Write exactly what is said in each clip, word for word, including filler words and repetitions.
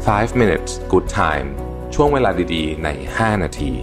five minutes good time ช่วงเวลาดีๆในห้านาที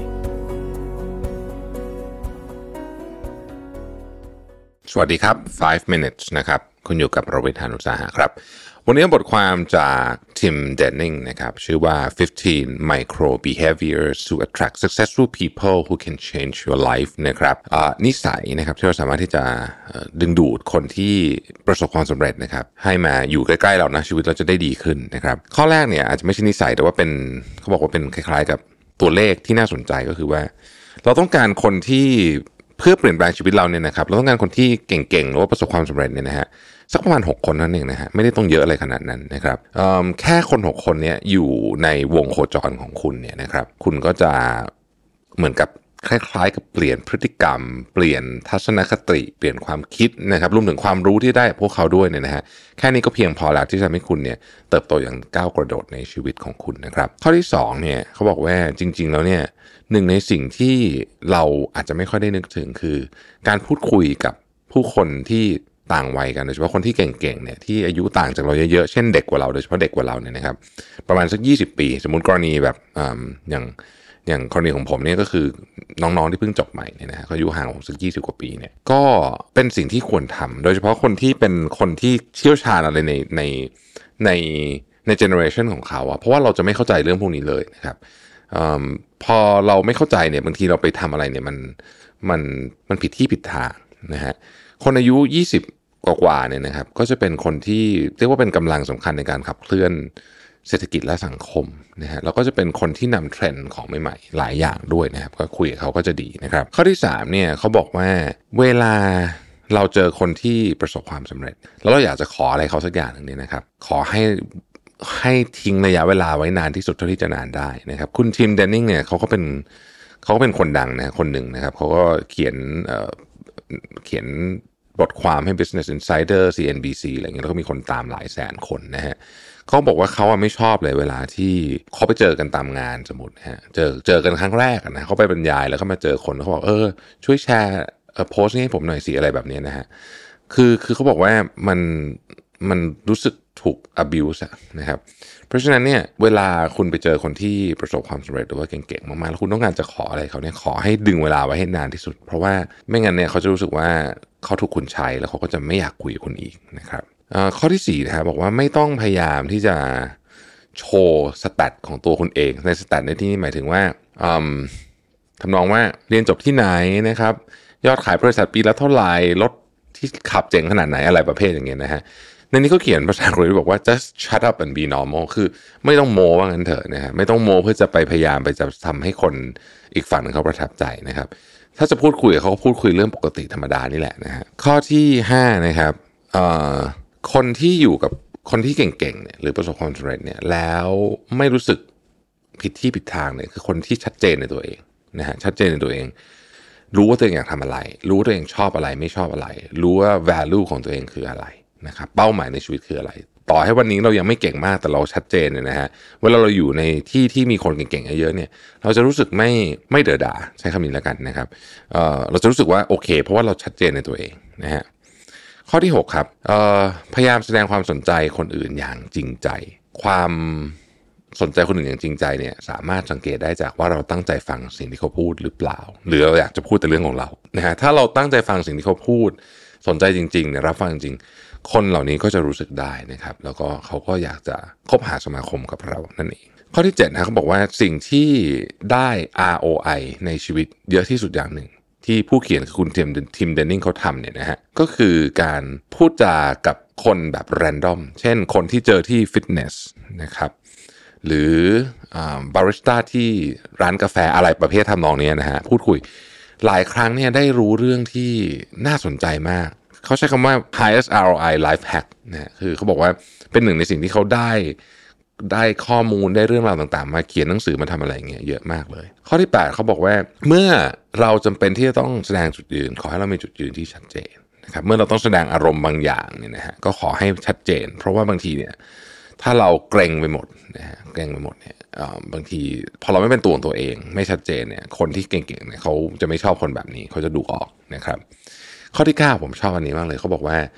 สวัสดีครับ five minutes นะครับคุณอยู่กับโรเบิร์ต หาญอุตสาหะครับวันนี้บทความจากทิม เดนนิงนะครับชื่อว่าfifteen micro behaviors to attract successful people who can change your life นะครับนิสัยนะครับที่เราสามารถที่จะดึงดูดคนที่ประสบความสำเร็จนะครับให้มาอยู่ใกล้ๆเรานะชีวิตเราจะได้ดีขึ้นนะครับข้อแรกเนี่ยอาจจะไม่ใช่นิสัยแต่ว่าเป็นเขาบอกว่าเป็นคล้ายๆกับตัวเลขที่น่าสนใจก็คือว่าเราต้องการคนที่เพื่อเปลี่ยนแปลงชีวิตเราเนี่ยนะครับเราต้องการคนที่เก่งๆหรือว่าประสบความสำเร็จเนี่ยนะฮะสักประมาณหกคนนั่นเองนะฮะไม่ได้ต้องเยอะอะไรขนาดนั้นนะครับแค่คนหกคนเนี่ยอยู่ในวงโคจรของคุณเนี่ยนะครับคุณก็จะเหมือนกับคล้ายๆกับเปลี่ยนพฤติกรรมเปลี่ยนทัศนคติเปลี่ยนความคิดนะครับรวมถึงความรู้ที่ได้พวกเขาด้วยเนี่ยนะฮะแค่นี้ก็เพียงพอแล้วที่จะทำให้คุณเนี่ยเติบโตอย่างก้าวกระโดดในชีวิตของคุณนะครับข้อที่สองเนี่ยเขาบอกว่าจริงๆแล้วเนี่ยหนึ่งในสิ่งที่เราอาจจะไม่ค่อยได้นึกถึงคือการพูดคุยกับผู้คนที่ต่างวัยกันโดยเฉพาะคนที่เก่งๆเนี่ยที่อายุต่างจากเราเยอะๆเช่นเด็กกว่าเราโดยเฉพาะเด็กกว่าเราเนี่ยนะครับประมาณสักยี่สิบปีสมมุติกรณีแบบอย่างอย่างกรณีของผมเนี่ยก็คือน้องๆที่เพิ่งจบใหม่เนี่ยนะฮะเขาอายุห่างผมสักยี่สิบกว่าปีเนี่ยก็เป็นสิ่งที่ควรทำโดยเฉพาะคนที่เป็นคนที่เชี่ยวชาญอะไรในในในในเจเนอเรชันของเขาอะเพราะว่าเราจะไม่เข้าใจเรื่องพวกนี้เลยนะครับพอเราไม่เข้าใจเนี่ยบางทีเราไปทำอะไรเนี่ยมันมันมันผิดที่ผิดทางนะฮะคนอายุยี่สิบกว่าๆเนี่ยนะครับก็จะเป็นคนที่เรียกว่าเป็นกำลังสำคัญในการขับเคลื่อนเศรษฐกิจและสังคมนะฮะแล้วก็จะเป็นคนที่นำเทรนด์ของใหม่ๆหลายอย่างด้วยนะครับก็คุยกับเขาก็จะดีนะครับข้อที่สามเนี่ยเขาบอกว่าเวลาเราเจอคนที่ประสบความสำเร็จแล้วเราอยากจะขออะไรเขาสักอย่างนึงเนี่ยนะครับขอให้ให้ทิ้งระยะเวลาไว้นานที่สุดเท่าที่จะนานได้นะครับคุณทิม เดนนิงเนี่ยเขาก็เป็นเขาก็เป็นคนดังนะคนหนึ่งนะครับเขาก็เขียนเอ่อเขียนบทความให้ Business Insider ซี เอ็น บี ซี อะไรเงี้ยแล้วก็มีคนตามหลายแสนคนนะฮะเขาบอกว่าเขาไม่ชอบเลยเวลาที่เขาไปเจอกันตามงานสมมุตินะฮะเจอเจอกันครั้งแรกนะเขาไปบรรยายแล้วก็มาเจอคนเขาบอกเออช่วยแชร์โพสต์นี้ให้ผมหน่อยสิอะไรแบบนี้นะฮะคือคือเขาบอกว่ามันมันรู้สึกถูก abuse นะครับเพราะฉะนั้นเนี่ยเวลาคุณไปเจอคนที่ประสบความสำเร็จหรือว่าเก่งๆมากๆแล้วคุณต้องการจะขออะไรเขาเนี่ยขอให้ดึงเวลาไว้ให้นานที่สุดเพราะว่าไม่งั้นเนี่ยเขาจะรู้สึกว่าเขาถูกคุณใช้แล้วเขาก็จะไม่อยากคุยกับคุณอีกนะครับข้อที่สี่นะครับบอกว่าไม่ต้องพยายามที่จะโชว์สแตทของตัวคุณเองในสแตทในที่นี้หมายถึงว่าทำนองว่าเรียนจบที่ไหนนะครับยอดขายบริษัทปีละเท่าไหร่รถที่ขับเจ๋งขนาดไหนอะไรประเภทอย่างเงี้ยนะฮะในนี้เขาเขียนภาษาอังกฤษบอกว่า just shut up and be normal คือไม่ต้องโม้ว่างั้นเถอะนะฮะไม่ต้องโม้เพื่อจะไปพยายามไปจะทำให้คนอีกฝั่งนึงเขาประทับใจนะครับถ้าจะพูดคุยเขาก็พูดคุยเรื่องปกติธรรมดานี่แหละนะฮะข้อที่ห้านะครับเอ่อคนที่อยู่กับคนที่เก่งๆเนี่ยหรือประสบความสำเร็จเนี่ยแล้วไม่รู้สึกผิดที่ผิดทางเนี่ยคือคนที่ชัดเจนในตัวเองนะฮะชัดเจนในตัวเองรู้ว่าตัวเองอยากทำอะไรรู้ว่าตัวเองชอบอะไรไม่ชอบอะไรรู้ว่า value ของตัวเองคืออะไรนะครับเป้าหมายในชีวิตคืออะไรต่อให้วันนี้เรายังไม่เก่งมากแต่เราชัดเจนเนี่ยนะฮะเวลาเราอยู่ในที่ที่มีคนเก่งๆเยอะๆเนี่ยเราจะรู้สึกไม่ไม่เดือดดาใช้คำนี้แล้วกันนะครับเอ่อเราจะรู้สึกว่าโอเคเพราะว่าเราชัดเจนในตัวเองนะฮะข้อที่หกครับเอ่อพยายามแสดงความสนใจคนอื่นอย่างจริงใจความสนใจคนอื่นอย่างจริงใจเนี่ยสามารถสังเกตได้จากว่าเราตั้งใจฟังสิ่งที่เขาพูดหรือเปล่าหรือเราอยากจะพูดแต่เรื่องของเรานะฮะถ้าเราตั้งใจฟังสิ่งที่เขาพูดสนใจจริงๆเนี่ยรับฟังจริงคนเหล่านี้ก็จะรู้สึกได้นะครับแล้วก็เขาก็อยากจะคบหาสมาคมกับเรานั่นเองข้อที่เจ็ดนะเขาบอกว่าสิ่งที่ได้ อาร์ โอ ไอ ในชีวิตเยอะที่สุดอย่างหนึ่งที่ผู้เขียนคือคุณทิมทิม เดนนิงเขาทำเนี่ยนะฮะก็คือการพูดจากับคนแบบแรนดอมเช่นคนที่เจอที่ฟิตเนสนะครับหรือบาริสต้าที่ร้านกาแฟอะไรประเภททำนองนี้นะฮะพูดคุยหลายครั้งเนี่ยได้รู้เรื่องที่น่าสนใจมากเขาใช้คำว่า highest อาร์ โอ ไอ life hack นะคือเขาบอกว่าเป็นหนึ่งในสิ่งที่เขาได้ได้ข้อมูลได้เรื่องราวต่างๆมาเขียนหนังสือมาทำอะไรอย่างเงี้ยเยอะมากเลยข้อที่แปดเขาบอกว่าเมื่อเราจำเป็นที่จะต้องแสดงจุดยืนขอให้เรามีจุดยืนที่ชัดเจนนะครับเมื่อเราต้องแสดงอารมณ์บางอย่างเนี่ยนะฮะก็ขอให้ชัดเจนเพราะว่าบางทีเนี่ยถ้าเราเกรงไปหมดนะฮะเกรงไปหมดเนี่ยบางทีพอเราไม่เป็นตัวของตัวเองไม่ชัดเจนเนี่ยคนที่เก่งๆเนี่ยเขาจะไม่ชอบคนแบบนี้เขาจะดูออกนะครับข้อที่เก้าผมชอบอันนี้มากเลยเขาบอกว่า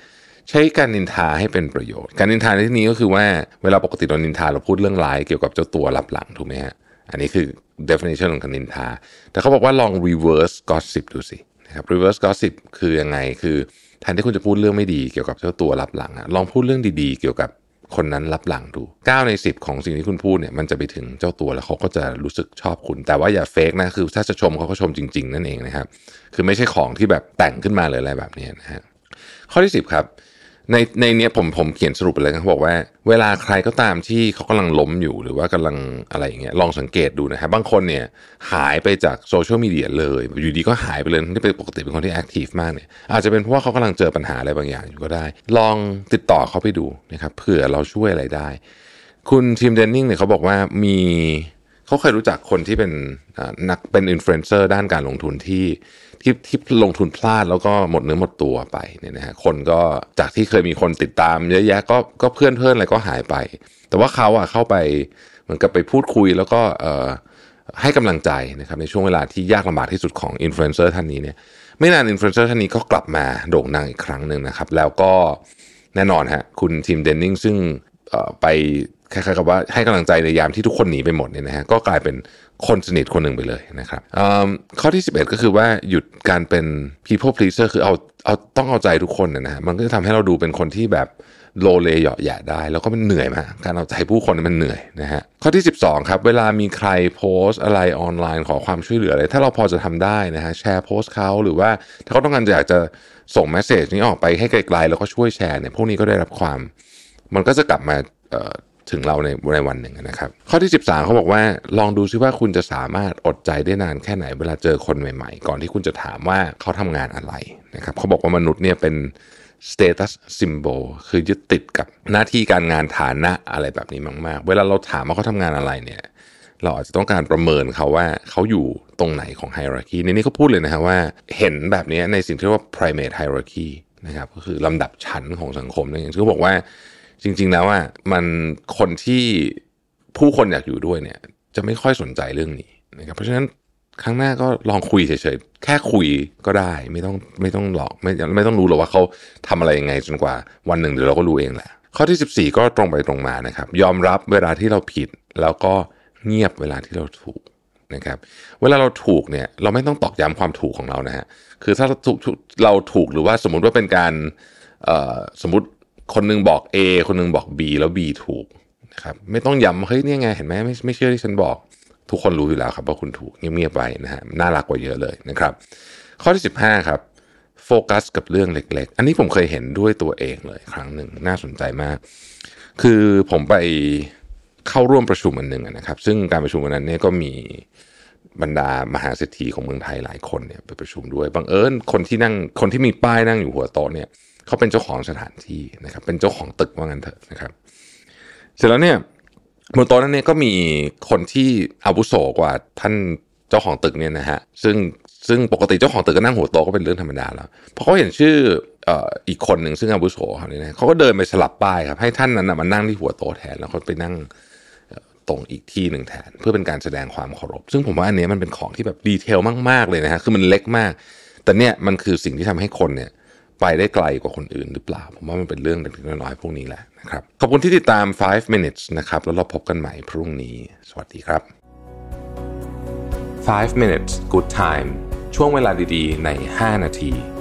ใช้การนินทาให้เป็นประโยชน์การนินทาในที่นี้ก็คือว่าเวลาปกติเรานินทาเราพูดเรื่องร้ายเกี่ยวกับเจ้าตัวลับหลังถูกไหมฮะอันนี้คือ definition ของการนินทาแต่เขาบอกว่าลอง reverse gossip ดูสินะครับ reverse gossip คือยังไงคือแทนที่คุณจะพูดเรื่องไม่ดีเกี่ยวกับเจ้าตัวลับหลังลองพูดเรื่องดีๆเกี่ยวกับคนนั้นลับหลังดูเก้าในสิบของสิ่งที่คุณพูดเนี่ยมันจะไปถึงเจ้าตัวแล้วเขาก็จะรู้สึกชอบคุณแต่ว่าอย่าเฟกนะคือถ้าจะชมเขาก็ชมจริงๆนั่นเองนะครับคือไม่ใช่ของที่แบบแต่งขึ้นมาเลยอะไรแบบนี้นะฮะข้อที่สิบครับในในเนี้ยผมผมเขียนสรุปไปเลยเขาบอกว่าเวลาใครก็ตามที่เขากำลังล้มอยู่หรือว่ากำลังอะไรอย่างเงี้ยลองสังเกตดูนะครับบางคนเนี่ยหายไปจากโซเชียลมีเดียเลยอยู่ดีก็หายไปเลยที่เป็นปกติเป็นคนที่แอคทีฟมากเนี่ยอาจจะเป็นเพราะว่าเขากำลังเจอปัญหาอะไรบางอย่างอยู่ก็ได้ลองติดต่อเขาไปดูนะครับเผื่อเราช่วยอะไรได้คุณทีมเดนนิงเนี่ยเขาบอกว่ามีเขาเคยรู้จักคนที่เป็นนักเป็นอินฟลูเอนเซอร์ด้านการลงทุนที่ที่ที่ลงทุนพลาดแล้วก็หมดเนื้อหมดตัวไปเนี่ยนะฮะคนก็จากที่เคยมีคนติดตามเยอะแยะก็ก็เพื่อนเพื่อนอะไรก็หายไปแต่ว่าเขาอะเข้าไปเหมือนกับไปพูดคุยแล้วก็เอ่อให้กำลังใจนะครับในช่วงเวลาที่ยากลำบากที่สุดของอินฟลูเอนเซอร์ท่านนี้เนี่ยไม่นานอินฟลูเอนเซอร์ท่านนี้ก็กลับมาโด่งดังอีกครั้งหนึ่งนะครับแล้วก็แน่นอนฮะคุณทีมเดนนิงซึ่งเอ่อไปคล้ายๆกับว่าให้กำลังใจในยามที่ทุกคนหนีไปหมดเนี่ยนะฮะก็กลายเป็นคนสนิทคนหนึ่งไปเลยนะครับข้อที่สิบเอ็ดก็คือว่าหยุดการเป็น people pleaser คือเอาเอาต้องเอาใจทุกคนนะฮะมันก็จะทำให้เราดูเป็นคนที่แบบโลเลเหยาะแยะได้แล้วก็มันเหนื่อยมากการเอาใจผู้คนมันเหนื่อยนะฮะข้อที่สิบสองครับเวลามีใครโพสต์อะไรออนไลน์ขอความช่วยเหลืออะไรถ้าเราพอจะทำได้นะฮะแชร์โพสต์เขาหรือว่าถ้าเขาต้องการอยากจะส่งเมสเสจนี้ออกไปให้ไกลๆแล้วก็ช่วยแชร์เนี่ยพวกนี้ก็ได้รับความมันก็จะกลับมาถึงเราในในวันหนึ่งนะครับข้อที่สิบสามเขาบอกว่าลองดูซิว่าคุณจะสามารถอดใจได้นานแค่ไหนเวลาเจอคนใหม่ๆก่อนที่คุณจะถามว่าเขาทำงานอะไรนะครับเขาบอกว่ามนุษย์เนี่ยเป็น status symbol คือยึดติดกับหน้าที่การงานฐานะอะไรแบบนี้มากๆเวลาเราถามว่าเขาทำงานอะไรเนี่ยเราอาจจะต้องการประเมินเขาว่าเขาอยู่ตรงไหนของ hierarchy ในนี้เขาพูดเลยนะฮะว่าเห็นแบบนี้ในสิ่งที่เรียกว่า primate hierarchy นะครับก็คือลำดับชั้นของสังคมนั่นเองเขาบอกว่าจริงๆแล้วอ่ะมันคนที่ผู้คนอยากอยู่ด้วยเนี่ยจะไม่ค่อยสนใจเรื่องนี้นะครับเพราะฉะนั้นครั้งหน้าก็ลองคุยเฉยๆแค่คุยก็ได้ไม่ต้องไม่ต้องหลอกไม่ไม่ต้องรู้หรอกว่าเขาทำอะไรยังไงจนกว่าวันหนึ่งเดี๋ยวเราก็รู้เองแหละข้อที่สิบสี่ก็ตรงไปตรงมานะครับยอมรับเวลาที่เราผิดแล้วก็เงียบเวลาที่เราถูกนะครับเวลาเราถูกเนี่ยเราไม่ต้องตอกย้ำความถูกของเรานะฮะคือถ้าเราถูกเราถูกหรือว่าสมมุติว่าเป็นการเอ่อสมมุติคนนึงบอก A คนนึงบอก B แล้ว B ถูกนะครับไม่ต้องย้ำเฮ้ยนี่ไงเห็นไหมไม่ไม่เชื่อที่ฉันบอกทุกคนรู้อยู่แล้วครับว่าคุณถูกเงียบๆไปนะฮะน่ารักกว่าเยอะเลยนะครับข้อที่สิบห้าครับโฟกัสกับเรื่องเล็กๆอันนี้ผมเคยเห็นด้วยตัวเองเลยครั้งหนึ่งน่าสนใจมากคือผมไปเข้าร่วมประชุมอันหนึ่งนะครับซึ่งการประชุมวันนั้นเนี่ยก็มีบรรดามหาเศรษฐีของเมืองไทยหลายคนเนี่ยไปประชุมด้วยบังเอิญคนที่นั่งคนที่มีป้ายนั่งอยู่หัวโต๊ะเนี่ยเขาเป็นเจ้าของสถานที่นะครับเป็นเจ้าของตึกว่างั้นเถอะนะครับเสร็จแล้วเนี่ยบนโต๊ะนั้นเนี่ยก็มีคนที่อาวุโสกว่าท่านเจ้าของตึกเนี่ยนะฮะซึ่งซึ่งปกติเจ้าของตึกก็นั่งหัวโต๊ะก็เป็นเรื่องธรรมดาแล้วพอเขาเห็นชื่อเอ่ออีกคนหนึ่งซึ่งอาวุโสเขาเนี่ยนะเขาก็เดินไปสลับป้ายครับให้ท่านนั้นนะมานั่งที่หัวโต๊ะแทนแล้วเขาไปนั่งตรงอีกที่หนึ่งแทนเพื่อเป็นการแสดงความเคารพซึ่งผมว่าอันนี้มันเป็นของที่แบบดีเทลมากๆเลยนะฮะคือมันเล็กมากแต่เนี่ยมันคือสิ่งที่ทำให้คนเนี่ยไปได้ไกลกว่าคนอื่นหรือเปล่าผมว่ามันเป็นเรื่องเล็กๆน้อยๆพวกนี้แหละนะครับขอบคุณที่ติดตามfive minutes นะครับแล้วเราพบกันใหม่พรุ่งนี้สวัสดีครับfive minutes good time ช่วงเวลาดีๆในห้านาที